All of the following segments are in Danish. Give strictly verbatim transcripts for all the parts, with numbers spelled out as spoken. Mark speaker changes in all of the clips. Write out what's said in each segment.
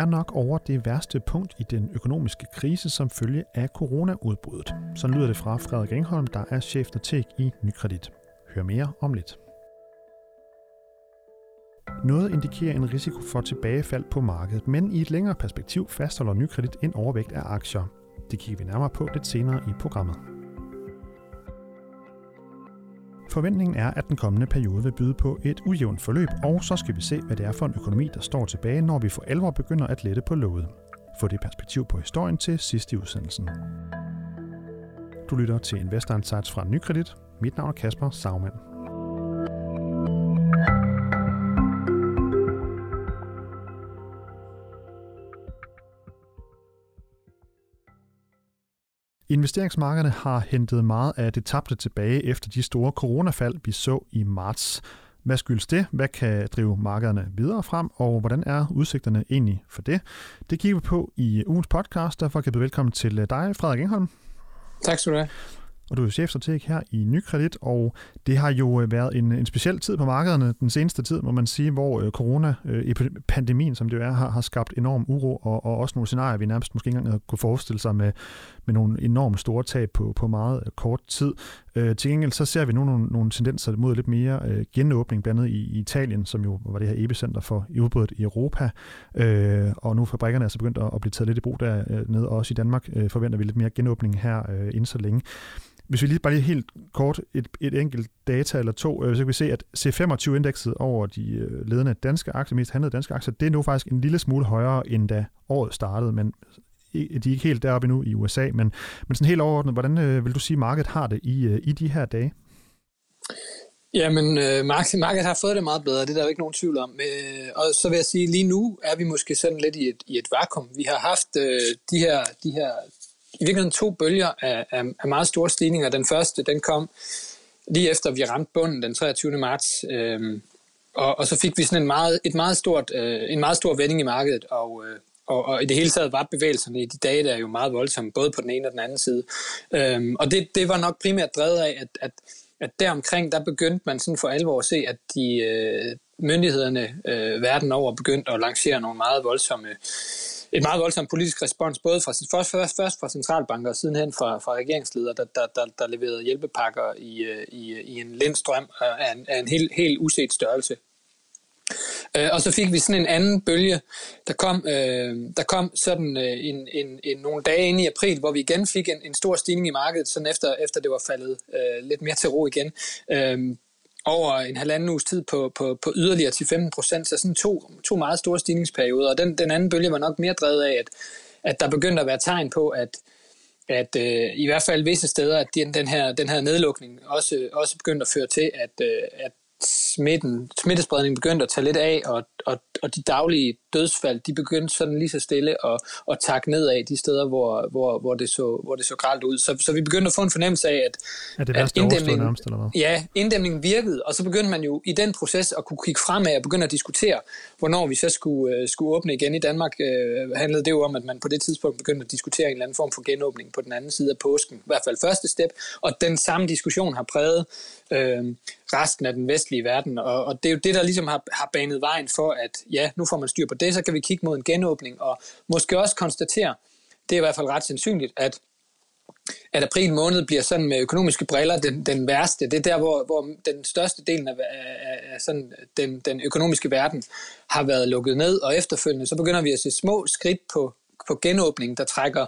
Speaker 1: er nok over det værste punkt i den økonomiske krise som følge af coronaudbruddet. Sådan lyder det fra Frederik Engholm, der er chefstrateg i Nykredit. Hør mere om lidt. Noget indikerer en risiko for tilbagefald på markedet, men i et længere perspektiv fastholder Nykredit en overvægt af aktier. Det kigger vi nærmere på lidt senere i programmet. Forventningen er, at den kommende periode vil byde på et ujævnt forløb, og så skal vi se, hvad det er for en økonomi, der står tilbage, når vi for alvor begynder at lette på låget. Få det perspektiv på historien til sidst i udsendelsen. Du lytter til Investor Insights fra Nykredit. Mit navn er Kasper Sagmann. Investeringsmarkederne har hentet meget af det tabte tilbage efter de store coronafald, vi så i marts. Hvad skyldes det? Hvad kan drive markederne videre frem, og hvordan er udsigterne egentlig for det? Det kigger vi på i ugens podcast, derfor kan jeg byde velkommen til dig, Frederik Engholm. Tak skal du have. Og du er chefstrateg her i Nykredit, og det har jo været en, en speciel tid på markederne den seneste tid, må man sige, hvor corona-pandemien, som det jo er, har, har skabt enorm uro, og, og også nogle scenarier, vi nærmest måske ikke engang kunne forestille sig med, med nogle enormt store tab på, på meget kort tid. Øh, til gengæld så ser vi nu nogle, nogle tendenser mod lidt mere øh, genåbning, blandt andet i, i Italien, som jo var det her epicenter for udbruddet i Europa, øh, og nu er fabrikkerne altså begyndt at, at blive taget lidt i brug dernede, og også i Danmark øh, forventer vi lidt mere genåbning her øh, inden så længe. Hvis vi lige bare lige helt kort et, et enkelt data eller to, øh, så kan vi se, at C femogtyve-indekset over de øh, ledende danske aktier, mest handlede danske aktier, det er nu faktisk en lille smule højere, end da året startede, men de er ikke helt deroppe endnu i U S A, men, men sådan helt overordnet, hvordan øh, vil du sige, markedet har det i, øh, i de her dage?
Speaker 2: Jamen, øh, markedet, markedet har fået det meget bedre, det er der jo ikke nogen tvivl om. Øh, og så vil jeg sige, lige nu er vi måske sådan lidt i et, i et vakuum. Vi har haft øh, de her... De her i virkeligheden to bølger af, af, af meget store stigninger. Den første, den kom lige efter, vi ramte bunden den treogtyvende marts, øhm, og, og så fik vi sådan en meget, et meget stort, øh, en meget stor vending i markedet, og, øh, og, og i det hele taget var bevægelserne i de dage, der er jo meget voldsomme, både på den ene og den anden side. Øhm, og det, det var nok primært drevet af, at, at, at deromkring, der begyndte man sådan for alvor at se, at de øh, myndighederne øh, verden over begyndte at lancere nogle meget voldsomme Et meget voldsomt politisk respons, både fra, først, først, først fra centralbanker og sidenhen fra, fra regeringsledere, der, der, der, der leverede hjælpepakker i, i, i en lindstrøm af en, af en helt, helt uset størrelse. Og så fik vi sådan en anden bølge, der kom, der kom sådan en, en, en, nogle dage inde i april, hvor vi igen fik en, en stor stigning i markedet, sådan efter, efter det var faldet uh, lidt mere til ro igen. Uh, over en halvanden uges tid på, på, på yderligere til femten procent, så sådan to, to meget store stigningsperioder. Og den, den anden bølge var nok mere drevet af, at, at der begyndte at være tegn på, at, at øh, i hvert fald visse steder, at den, den, her, den her nedlukning også, også begyndte at føre til, at, øh, at smitten, smittespredningen begyndte at tage lidt af, og, og, og de daglige dødsfald, de begyndte sådan lige så stille at, at takke nedad de steder, hvor, hvor, hvor, det så, hvor det så grelt ud. Så, så vi begyndte at få en fornemmelse af, at,
Speaker 1: er det at inddæmningen, nærmest, eller hvad?
Speaker 2: Ja, inddæmningen virkede, og så begyndte man jo i den proces at kunne kigge fremad og begynde at diskutere, hvornår vi så skulle, skulle åbne igen. I Danmark øh, handlede det jo om, at man på det tidspunkt begyndte at diskutere en eller anden form for genåbning på den anden side af påsken. I hvert fald første step, og den samme diskussion har præget øh, resten af den vestlige verden, og, og det er jo det, der ligesom har, har banet vejen for, at ja, nu får man styr på det, så kan vi kigge mod en genåbning, og måske også konstatere, det er i hvert fald ret sandsynligt, at, at april måned bliver sådan med økonomiske briller den, den værste. Det er der, hvor, hvor den største del af, af, af sådan den, den økonomiske verden har været lukket ned, og efterfølgende så begynder vi at se små skridt på, på genåbning, der trækker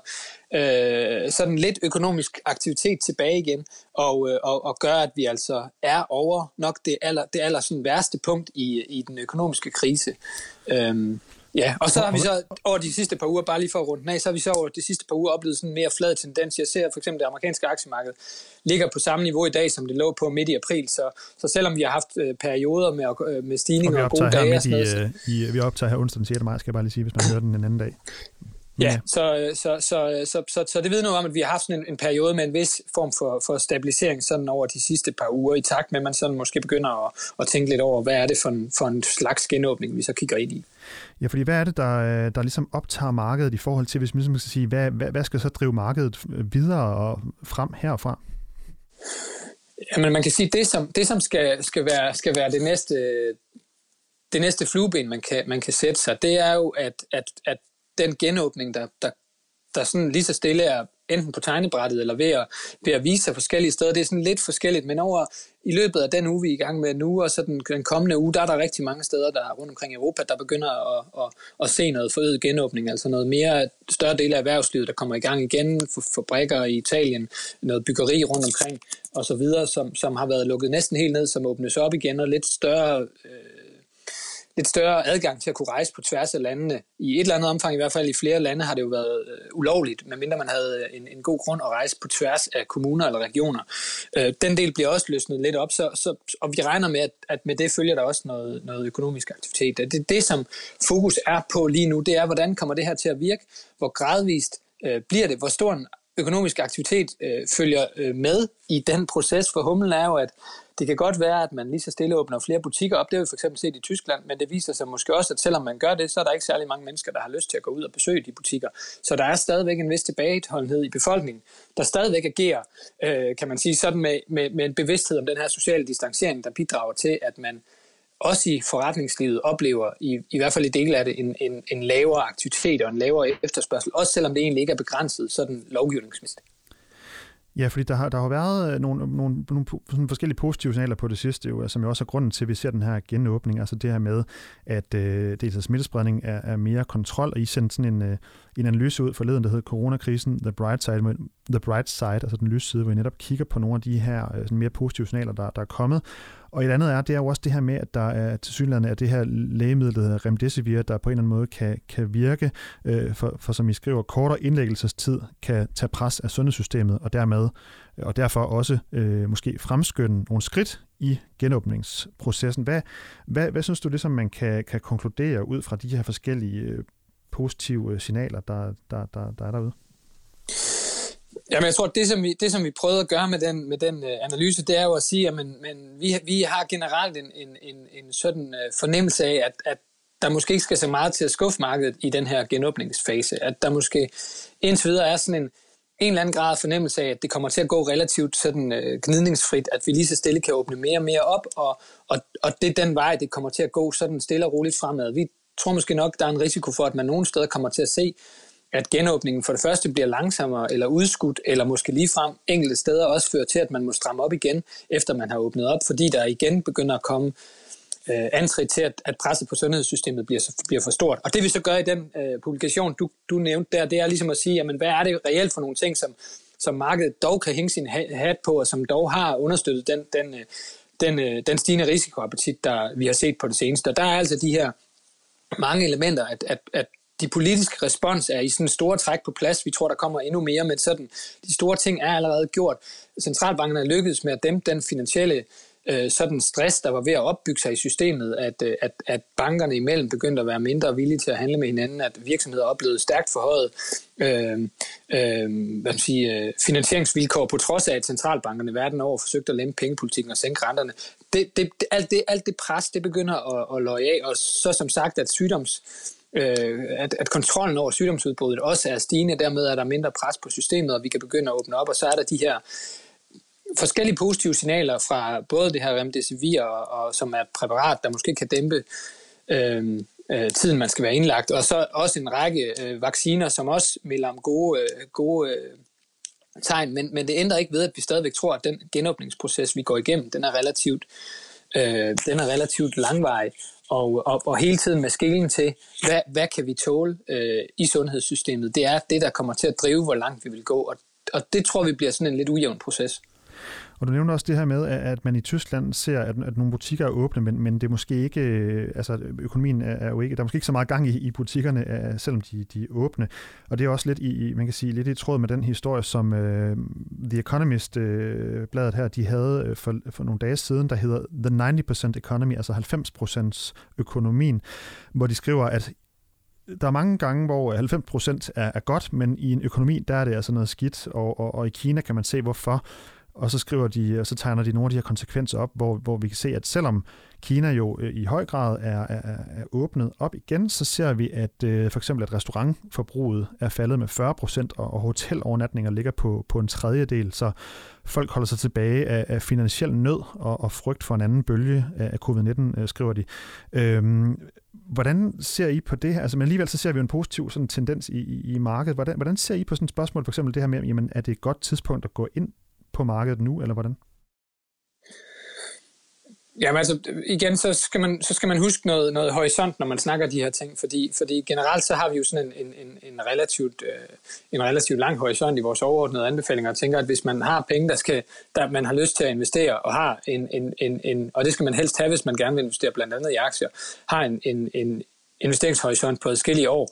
Speaker 2: øh, sådan lidt økonomisk aktivitet tilbage igen, og, øh, og, og gør, at vi altså er over nok det aller, det aller sådan værste punkt i, i den økonomiske krise. Øhm, ja, og så har vi så over de sidste par uger, bare lige for at runde den af, så har vi så over de sidste par uger oplevet sådan en mere flad tendens. Jeg ser for eksempel det amerikanske aktiemarked ligger på samme niveau i dag, som det lå på midt i april, så, så selvom vi har haft øh, perioder med, øh, med stigninger og, og gode dage og sådan noget,
Speaker 1: i, i, vi optager her onsdag den sjette maj, skal jeg bare lige sige, hvis man hører den en anden dag.
Speaker 2: Ja, ja. Så, så, så, så, så, så det vidner om, at vi har haft sådan en, en periode med en vis form for, for stabilisering sådan over de sidste par uger, i takt med, at man sådan måske begynder at, at tænke lidt over, hvad er det for en, for en slags genåbning, vi så kigger ind i.
Speaker 1: Ja, fordi hvad er det, der, der ligesom optager markedet i forhold til, hvis man ligesom skal sige, hvad, hvad, hvad skal så drive markedet videre og frem herfra?
Speaker 2: Jamen man kan sige, det som, det som skal, skal, være, skal være det næste... det næste flueben, man kan, man kan sætte sig, det er jo, at, at, at den genåbning, der, der, der sådan lige så stille er enten på tegnebrættet eller ved at, ved at vise sig forskellige steder, det er sådan lidt forskelligt, men over i løbet af den uge, vi er i gang med nu, og så den, den kommende uge, der er der rigtig mange steder, der rundt omkring i Europa, der begynder at, at, at se noget forøget genåbning, altså noget mere større del af erhvervslivet, der kommer i gang igen, for fabrikker i Italien, noget byggeri rundt omkring, og så videre, som, som har været lukket næsten helt ned, som åbnes op igen, og lidt større... Øh, lidt større adgang til at kunne rejse på tværs af landene. I et eller andet omfang, i hvert fald i flere lande, har det jo været øh, ulovligt, medmindre man havde en, en god grund at rejse på tværs af kommuner eller regioner. Øh, den del bliver også løsnet lidt op, så, så, og vi regner med, at, at med det følger der også noget, noget økonomisk aktivitet. Det, det, som fokus er på lige nu, det er, hvordan kommer det her til at virke, hvor gradvist øh, bliver det, hvor stor en økonomisk aktivitet øh, følger øh, med i den proces, for humlen er jo, at det kan godt være, at man lige så stille åbner flere butikker op. Det har vi for eksempel set i Tyskland, men det viser sig måske også, at selvom man gør det, så er der ikke særlig mange mennesker, der har lyst til at gå ud og besøge de butikker. Så der er stadigvæk en vis tilbageholdenhed i befolkningen, der stadigvæk agerer, øh, kan man sige, sådan med, med, med en bevidsthed om den her sociale distancering, der bidrager til, at man også i forretningslivet oplever, i, i hvert fald i del af det, en, en, en lavere aktivitet og en lavere efterspørgsel, også selvom det egentlig ikke er begrænset sådan lovgivningsmæssigt.
Speaker 1: Ja, fordi der har, der har været nogle, nogle, nogle sådan forskellige positive signaler på det sidste, jo, som jo også er grunden til, at vi ser den her genåbning, altså det her med, at øh, dels at smittespredning er, er mere kontrol, og I sendte sådan en, øh, en analyse ud forleden, der hedder Coronakrisen, The Bright Side, The Bright Side, altså den lyse side, hvor I netop kigger på nogle af de her øh, sådan mere positive signaler, der, der er kommet. Og et andet er, det er jo også det her med, at der er tilsyneladende af det her lægemiddel, der hedder Remdesivir, der på en eller anden måde kan, kan virke, øh, for, for som I skriver, kortere indlæggelsestid kan tage pres af sundhedssystemet, og dermed og derfor også øh, måske fremskynde nogle skridt i genåbningsprocessen. Hvad, hvad, hvad synes du, det som man kan, kan konkludere ud fra de her forskellige øh, positive signaler, der, der, der, der er derude?
Speaker 2: Jamen, jeg tror, at det, som vi, det, som vi prøvede at gøre med den, med den uh, analyse, det er jo at sige, at men, men vi, vi har generelt en, en, en, en sådan uh, fornemmelse af, at, at der måske ikke skal så meget til at skuffe markedet i den her genåbningsfase. At der måske indtil videre er sådan en, en eller anden grad fornemmelse af, at det kommer til at gå relativt sådan uh, gnidningsfrit, at vi lige så stille kan åbne mere og mere op, og, og, og det er den vej, det kommer til at gå sådan stille og roligt fremad. Vi tror måske nok, der er en risiko for, at man nogle steder kommer til at se, at genåbningen for det første bliver langsommere eller udskudt, eller måske ligefrem enkelte steder også fører til, at man må stramme op igen, efter man har åbnet op, fordi der igen begynder at komme øh, antræk til, at, at presset på sundhedssystemet bliver, bliver for stort. Og det vi så gør i den øh, publikation, du, du nævnte der, det er ligesom at sige, jamen, hvad er det reelt for nogle ting, som, som markedet dog kan hænge sin hat på, og som dog har understøttet den, den, den, den stigende risikoappetit, der vi har set på det seneste. Og der er altså de her mange elementer, at, at, at de politiske respons er i sådan store træk på plads. Vi tror, der kommer endnu mere, men sådan, de store ting er allerede gjort. Centralbankerne er lykkedes med at dæmpe den finansielle øh, sådan stress, der var ved at opbygge sig i systemet, at, øh, at, at bankerne imellem begyndte at være mindre villige til at handle med hinanden, at virksomheder oplevede stærkt forhøjet øh, øh, hvad man siger, finansieringsvilkår, på trods af, at centralbankerne verden over forsøgte at lempe pengepolitikken og sænke renterne. Det, det, alt, det, alt det pres, det begynder at, at løje af, og så som sagt, at sygdoms At, at kontrollen over sygdomsudbruddet også er stigende, dermed er der mindre pres på systemet, og vi kan begynde at åbne op, og så er der de her forskellige positive signaler fra både det her Remdesivir, og, og som er et præparat, der måske kan dæmpe øh, øh, tiden, man skal være indlagt, og så også en række øh, vacciner, som også melder om gode, øh, gode øh, tegn, men, men det ændrer ikke ved, at vi stadigvæk tror, at den genåbningsproces, vi går igennem, den er relativt, øh, den er relativt langvarig, Og, og, og hele tiden med skelen til, hvad, hvad kan vi tåle øh, i sundhedssystemet. Det er det, der kommer til at drive, hvor langt vi vil gå, og, og det tror vi bliver sådan en lidt ujævn proces.
Speaker 1: Og du nævner også det her med, at man i Tyskland ser, at, at nogle butikker er åbne, men, men det er måske ikke, altså økonomien er jo ikke, der er måske ikke så meget gang i, i butikkerne, selvom de, de er åbne. Og det er også lidt i, man kan sige, lidt i tråd med den historie, som uh, The Economist-bladet uh, her, de havde for, for nogle dage siden, der hedder The ninety percent Economy, altså halvfems procent økonomien, hvor de skriver, at der er mange gange, hvor halvfems procent er, er godt, men i en økonomi, der er det altså noget skidt, og, og, og i Kina kan man se, hvorfor. Og så skriver de, og så tegner de nogle af de her konsekvenser op, hvor, hvor vi kan se, at selvom Kina jo i høj grad er, er, er åbnet op igen, så ser vi, at øh, for eksempel at restaurantforbruget er faldet med fyrre procent, og, og hotelovernatninger ligger på, på en tredjedel. Så folk holder sig tilbage af, af finansiel nød og, og frygt for en anden bølge af, af covid nitten, øh, skriver de. Øhm, hvordan ser I på det her? Altså, men alligevel så ser vi jo en positiv sådan, tendens i, i, i markedet. Hvordan, hvordan ser I på sådan et spørgsmål, for eksempel det her med, jamen, er det et godt tidspunkt at gå ind på markedet nu, eller hvordan?
Speaker 2: Jamen altså, igen, så skal man, så skal man huske noget, noget horisont, når man snakker de her ting, fordi, fordi generelt så har vi jo sådan en, en, en, relativt, øh, en relativt lang horisont i vores overordnede anbefalinger, og tænker, at hvis man har penge, der, skal, der man har lyst til at investere, og har en, en, en, en, og det skal man helst have, hvis man gerne vil investere blandt andet i aktier, har en, en, en investeringshorisont på adskillige år,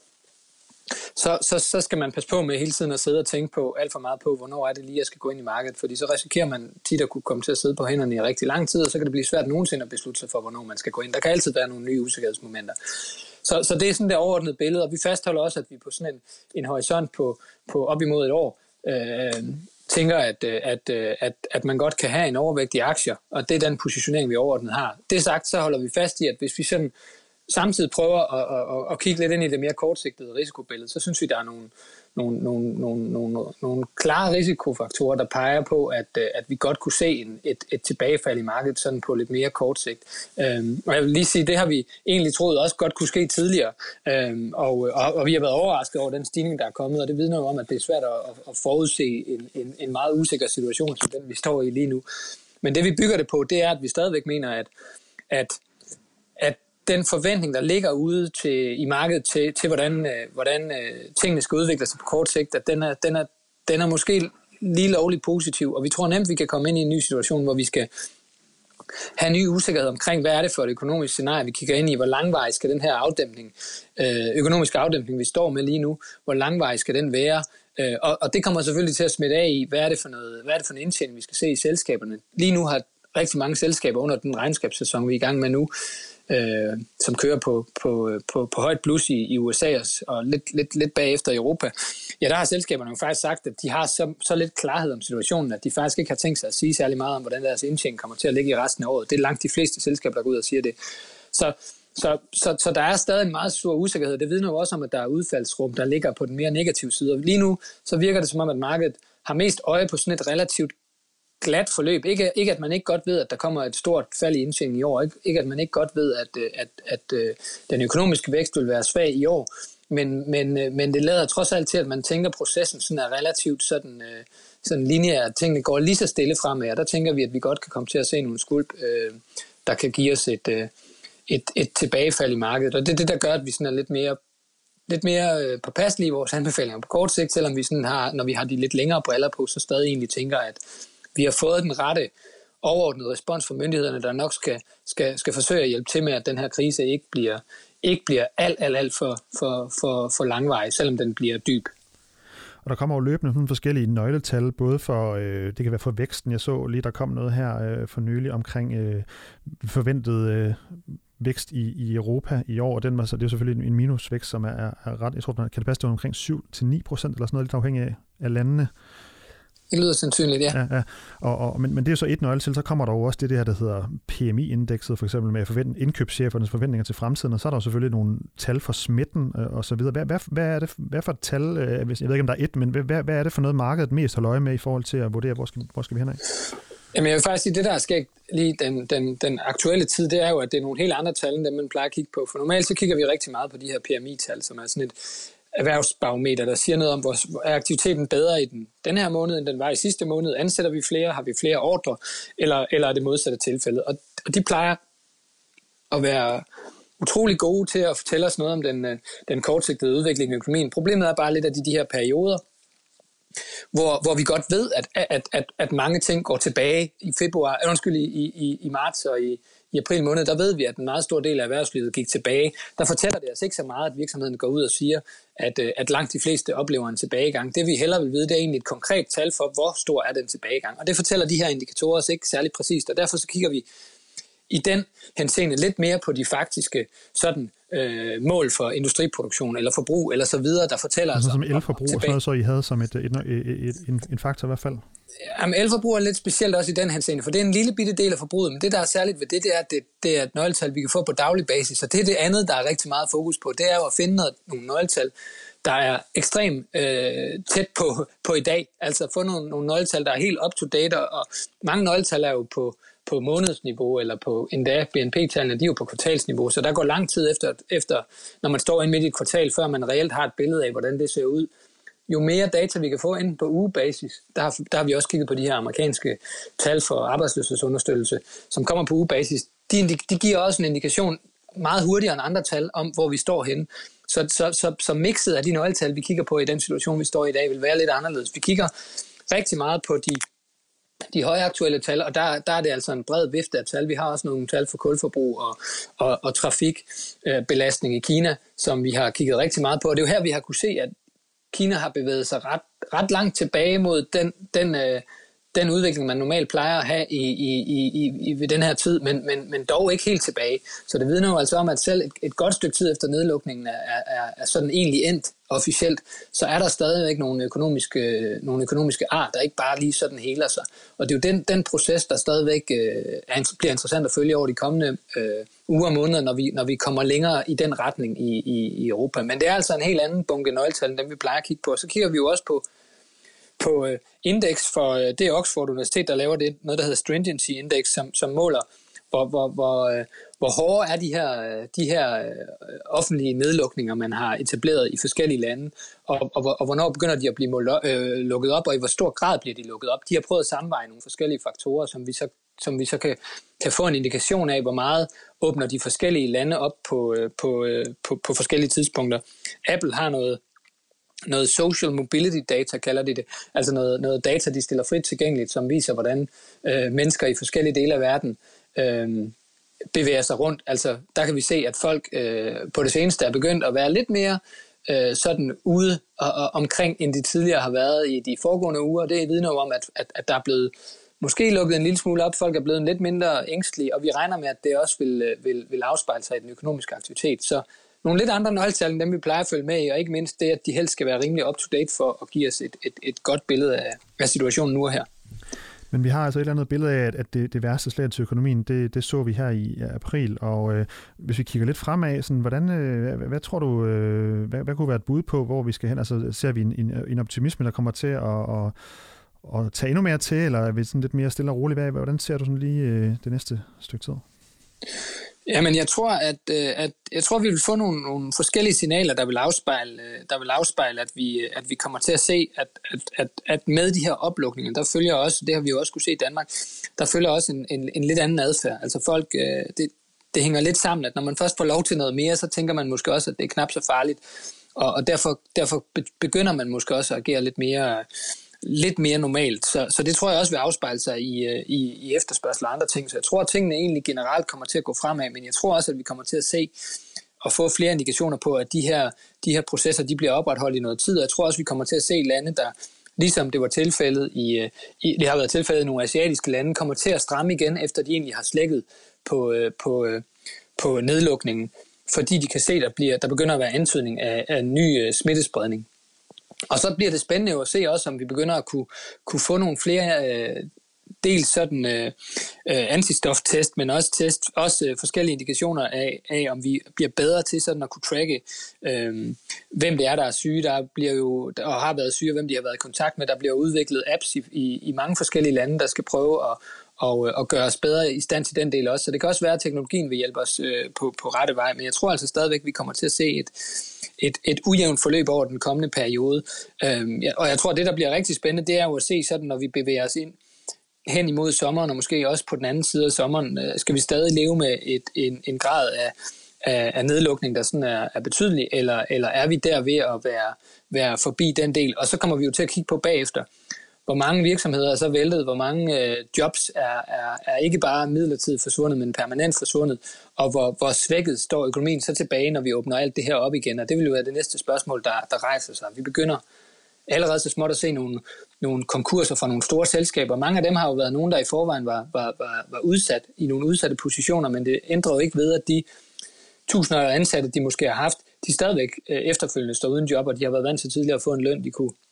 Speaker 2: Så, så, så skal man passe på med hele tiden at sidde og tænke på alt for meget på, hvornår er det lige, jeg skal gå ind i markedet, fordi så risikerer man tit at kunne komme til at sidde på hænderne i rigtig lang tid, og så kan det blive svært nogensinde at beslutte sig for, hvornår man skal gå ind. Der kan altid være nogle nye usikkerhedsmomenter. Så, så det er sådan det overordnede billede, og vi fastholder også, at vi på sådan en, en horisont på, på op imod et år øh, tænker, at, at, at, at man godt kan have en overvægt i aktier, og det er den positionering, vi overordnet har. Det sagt, så holder vi fast i, at hvis vi sådan samtidig prøver at, at, at kigge lidt ind i det mere kortsigtede risikobillede, så synes vi, der er nogle, nogle, nogle, nogle, nogle, nogle klare risikofaktorer, der peger på, at, at vi godt kunne se en, et, et tilbagefald i markedet sådan på lidt mere kort sigt. Øhm, og jeg vil lige sige, det har vi egentlig troet også godt kunne ske tidligere, øhm, og, og, og vi har været overrasket over den stigning, der er kommet, og det vidner jo om, at det er svært at, at forudse en, en, en meget usikker situation, som den vi står i lige nu. Men det vi bygger det på, det er, at vi stadigvæk mener, at, at, at den forventning, der ligger ude til, i markedet til, til hvordan, øh, hvordan øh, tingene skal udvikle sig på kort sigt, at den er, den, er, den er måske lige lovligt positiv, og vi tror nemt, vi kan komme ind i en ny situation, hvor vi skal have ny usikkerhed omkring, hvad er det for et økonomisk scenarie, vi kigger ind i, hvor langvarig skal den her afdæmpning, øh, økonomiske afdæmpning, vi står med lige nu, hvor langvarig skal den være, øh, og, og det kommer selvfølgelig til at smitte af i, hvad er det for noget, hvad er det for en indtjening, vi skal se i selskaberne. Lige nu har rigtig mange selskaber under den regnskabssæson, vi er i gang med nu, Øh, som kører på, på, på, på højt plus i, i U S A og lidt, lidt, lidt bagefter i Europa, ja, der har selskaberne jo faktisk sagt, at de har så, så lidt klarhed om situationen, at de faktisk ikke har tænkt sig at sige særlig meget om, hvordan deres indtjening kommer til at ligge i resten af året. Det er langt de fleste selskaber, der går ud og siger det. Så, så, så, så der er stadig en meget stor usikkerhed. Det vidner jo også om, at der er udfaldsrum, der ligger på den mere negative side. Og lige nu så virker det som om, at markedet har mest øje på sådan et relativt glat forløb. Ikke, ikke at man ikke godt ved, at der kommer et stort fald i indtjening i år. Ikke, ikke at man ikke godt ved, at, at, at, at den økonomiske vækst vil være svag i år. Men, men, men det lader trods alt til, at man tænker, at processen sådan er relativt sådan, sådan lineær. Tingene går lige så stille fremad, og der tænker vi, at vi godt kan komme til at se nogle skulp, der kan give os et, et, et tilbagefald i markedet. Og det er det, der gør, at vi sådan er lidt mere lidt mere påpasselige i vores anbefalinger på kort sigt, selvom vi sådan har, når vi har de lidt længere briller på, så stadig egentlig tænker, at vi har fået den rette overordnede respons fra myndighederne, der nok skal, skal, skal forsøge at hjælpe til med, at den her krise ikke bliver, ikke bliver alt, alt, alt for, for, for, for langvarig, selvom den bliver dyb.
Speaker 1: Og der kommer jo løbende nogle forskellige nøgletal, både for, øh, det kan være for væksten. Jeg så lige, der kom noget her øh, for nylig omkring øh, forventet øh, vækst i, i Europa i år, og den, altså, det er selvfølgelig en minusvækst, som er, er ret, jeg tror, kan det passe, det var omkring syv til ni procent eller sådan noget, lidt afhængig af, af landene.
Speaker 2: Det lyder sandsynligt, ja.
Speaker 1: ja, ja. Og, og, men, men det er jo så et nøgle til, så kommer der jo også det, det her, der hedder P M I-indekset, for eksempel med forvent, indkøbschefernes forventninger til fremtiden, og så er der jo selvfølgelig nogle tal for smitten øh, og så videre. Hvad, hvad, hvad, er det, hvad for et tal, øh, jeg ved ikke, om der er et, men hvad, hvad er det for noget, markedet mest holder øje med i forhold til at vurdere, hvor skal, hvor skal vi hen af?
Speaker 2: Jamen jeg vil faktisk sige, det der skal lige den, den, den aktuelle tid, det er jo, at det er nogle helt andre tal, end dem man plejer at kigge på. For normalt så kigger vi rigtig meget på de her P M I-tal, som er sådan et erhvervsbarometer, der siger noget om, hvor er aktiviteten bedre i den, den her måned, end den var i sidste måned. Ansætter vi flere? Har vi flere ordre? Eller, eller er det modsatte tilfælde? Og, og de plejer at være utrolig gode til at fortælle os noget om den, den kortsigtede udvikling i økonomien. Problemet er bare lidt af de, de her perioder, hvor, hvor vi godt ved, at, at, at, at mange ting går tilbage i februar, eller undskyld, i, i, i marts og i I april måned, der ved vi, at en meget stor del af erhvervslivet gik tilbage. Der fortæller det altså ikke så meget, at virksomheden går ud og siger, at, at langt de fleste oplever en tilbagegang. Det vi hellere vil vide, det er egentlig et konkret tal for, hvor stor er den tilbagegang. Og det fortæller de her indikatorer også ikke særlig præcist, og derfor så kigger vi i den henseende lidt mere på de faktiske sådan, øh, mål for industriproduktion eller forbrug eller så videre, der fortæller
Speaker 1: altså,
Speaker 2: os
Speaker 1: som elforbrug, og så, så I havde som et, et, et, et, en, en faktor i hvert fald?
Speaker 2: Jamen, elforbrug er lidt specielt også i den henseende, for det er en lille bitte del af forbruget, men det, der er særligt ved det, det er, at det, det er et nøgletal, vi kan få på daglig basis, og det er det andet, der er rigtig meget fokus på. Det er jo at finde noget, nogle nøgletal, der er ekstremt øh, tæt på, på i dag. Altså få nogle, nogle nøgletal, der er helt up-to-date, og mange nøgletal er jo på, på månedsniveau, eller på endda B N P-tallene, de er jo på kvartalsniveau, så der går lang tid efter, efter når man står inde midt i et kvartal, før man reelt har et billede af, hvordan det ser ud. Jo mere data vi kan få ind på ugebasis, der har, der har vi også kigget på de her amerikanske tal for arbejdsløshedsunderstøttelse, som kommer på ugebasis. De, de giver også en indikation meget hurtigere end andre tal om, hvor vi står henne. Så, så, så, så mixet af de nøgletal, vi kigger på i den situation, vi står i i dag, vil være lidt anderledes. Vi kigger rigtig meget på de, de høje aktuelle tal, og der, der er det altså en bred vifte af tal. Vi har også nogle tal for kulforbrug og, og, og trafikbelastning i Kina, som vi har kigget rigtig meget på. Og det er jo her, vi har kunne se, at Kina har bevæget sig ret, ret langt tilbage mod den, den, øh, den udvikling, man normalt plejer at have i, i, i, i, ved den her tid, men, men, men dog ikke helt tilbage. Så det vidner jo altså om, at selv et, et godt stykke tid efter nedlukningen er, er, er sådan egentlig endt officielt, så er der stadigvæk nogle økonomiske, nogle økonomiske ar, der ikke bare lige sådan heler sig. Og det er jo den, den proces, der stadigvæk øh, er, bliver interessant at følge over de kommende øh, uger og måneder, når vi, når vi kommer længere i den retning i, i, i Europa. Men det er altså en helt anden bunke nøgletal, end dem vi plejer at kigge på. Så kigger vi jo også på på øh, indeks for, øh, det er Oxford Universitet, der laver det, noget der hedder Stringency Index, som, som måler, hvor, hvor, hvor, øh, hvor hårde er de her, de her øh, offentlige nedlukninger, man har etableret i forskellige lande, og, og, og hvornår begynder de at blive mål, øh, lukket op, og i hvor stor grad bliver de lukket op. De har prøvet at sammenveje nogle forskellige faktorer, som vi så, som vi så kan, kan få en indikation af, hvor meget åbner de forskellige lande op på, øh, på, øh, på, på forskellige tidspunkter. Apple har noget noget social mobility data, kalder de det. Altså noget, noget data, de stiller frit tilgængeligt, som viser, hvordan øh, mennesker i forskellige dele af verden øh, bevæger sig rundt. Altså der kan vi se, at folk øh, på det seneste er begyndt at være lidt mere øh, sådan ude og, og omkring, end de tidligere har været i de foregående uger. Det vidner jo om, at, at, at der er blevet måske lukket en lille smule op. Folk er blevet lidt mindre ængstelige, og vi regner med, at det også vil, vil, vil afspejle sig i den økonomiske aktivitet. Så nogle lidt andre nøgletal end dem, vi plejer at følge med i, og ikke mindst det, at de helst skal være rimelig up-to-date for at give os et, et, et godt billede af, af situationen nu og her.
Speaker 1: Men vi har altså et eller andet billede af, at det, det værste slag til økonomien, det, det så vi her i april, og øh, hvis vi kigger lidt fremad, sådan, hvordan, øh, hvad, hvad tror du, øh, hvad, hvad kunne være et bud på, hvor vi skal hen? Altså ser vi en, en, en optimisme, der kommer til at, at, at, at tage endnu mere til, eller er vi sådan lidt mere stille og roligt? Hvordan ser du sådan lige øh, det næste stykke tid?
Speaker 2: Jamen, jeg tror, at, at jeg tror, vi vil få nogle, nogle forskellige signaler, der vil afspejle, der vil afspejle, at vi, at vi kommer til at se, at, at, at, at med de her oplukninger, der følger også, det har vi jo også kunne se i Danmark, der følger også en, en, en lidt anden adfærd. Altså folk, det, det hænger lidt sammen, at når man først får lov til noget mere, så tænker man måske også, at det er knap så farligt, og, og derfor, derfor begynder man måske også at agere lidt mere lidt mere normalt. Så, så det tror jeg også vil afspejle sig i, i, i efterspørgsel og andre ting. Så jeg tror, at tingene egentlig generelt kommer til at gå fremad, men jeg tror også, at vi kommer til at se og få flere indikationer på, at de her, de her processer, de bliver opretholdt i noget tid. Og jeg tror også, at vi kommer til at se lande, der, ligesom det var tilfældet i, i det har været tilfældet i nogle asiatiske lande, kommer til at stramme igen, efter de egentlig har slækket på, på, på nedlukningen, fordi de kan se, at der, bliver, der begynder at være antydning af, af ny smittespredning. Og så bliver det spændende at se også, om vi begynder at kunne, kunne få nogle flere, øh, dels sådan øh, antistoftest, men også test, også øh, forskellige indikationer af, af, om vi bliver bedre til sådan at kunne tracke, øh, hvem det er, der er syge, der bliver jo, der har været syge, og hvem de har været i kontakt med. Der bliver udviklet apps i, i, i mange forskellige lande, der skal prøve at og, og gøre os bedre i stand til den del også. Så det kan også være, at teknologien vil hjælpe os øh, på, på rette vej, men jeg tror altså stadigvæk, at vi kommer til at se et, et, et ujævnt forløb over den kommende periode. Øhm, ja, og jeg tror, at det, der bliver rigtig spændende, det er jo at se sådan, når vi bevæger os ind hen imod sommeren, og måske også på den anden side af sommeren, øh, skal vi stadig leve med et, en, en grad af, af, af nedlukning, der sådan er, er betydelig, eller, eller er vi der ved at være, være forbi den del? Og så kommer vi jo til at kigge på bagefter, hvor mange virksomheder er så væltet, hvor mange øh, jobs er, er, er ikke bare midlertidigt forsvundet, men permanent forsvundet, og hvor, hvor svækket står økonomien så tilbage, når vi åbner alt det her op igen. Og det vil jo være det næste spørgsmål, der, der rejser sig. Vi begynder allerede så småt at se nogle, nogle konkurser fra nogle store selskaber. Mange af dem har jo været nogen, der i forvejen var, var, var, var udsat i nogle udsatte positioner, men det ændrer jo ikke ved, at de tusinder af ansatte, de måske har haft, de stadigvæk øh, efterfølgende står uden job, og de har været vant til tidligere at få en løn, de kunne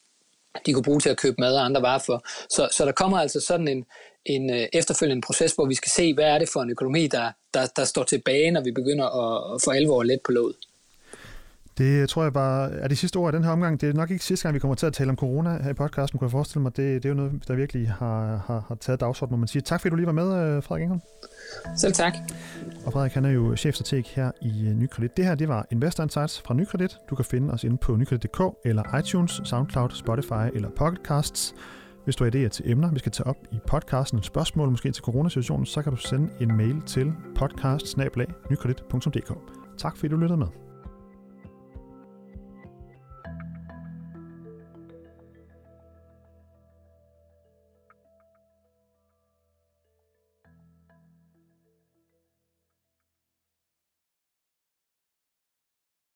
Speaker 2: de kunne bruge til at købe mad og andre varer for. Så, så der kommer altså sådan en, en efterfølgende proces, hvor vi skal se, hvad er det for en økonomi, der, der, der står tilbage, når vi begynder at for alvor let på låget.
Speaker 1: Det tror jeg bare er de sidste ord i den her omgang. Det er nok ikke sidste gang, vi kommer til at tale om corona her i podcasten, kunne jeg forestille mig. Det, det er jo noget, der virkelig har, har, har taget dagsordenen, må man sige. Tak fordi du lige var med, Frederik Engholm.
Speaker 2: Selv tak.
Speaker 1: Og Frederik, han er jo chefstrateg her i Nykredit. Det her, det var Investor Insights fra Nykredit. Du kan finde os inde på nykredit punktum d k eller iTunes, SoundCloud, Spotify eller Pocketcasts. Hvis du har idéer til emner, vi skal tage op i podcasten, et spørgsmål måske til coronasituationen, så kan du sende en mail til podcast bindestreg nykredit punktum d k. Tak fordi du lyttede med.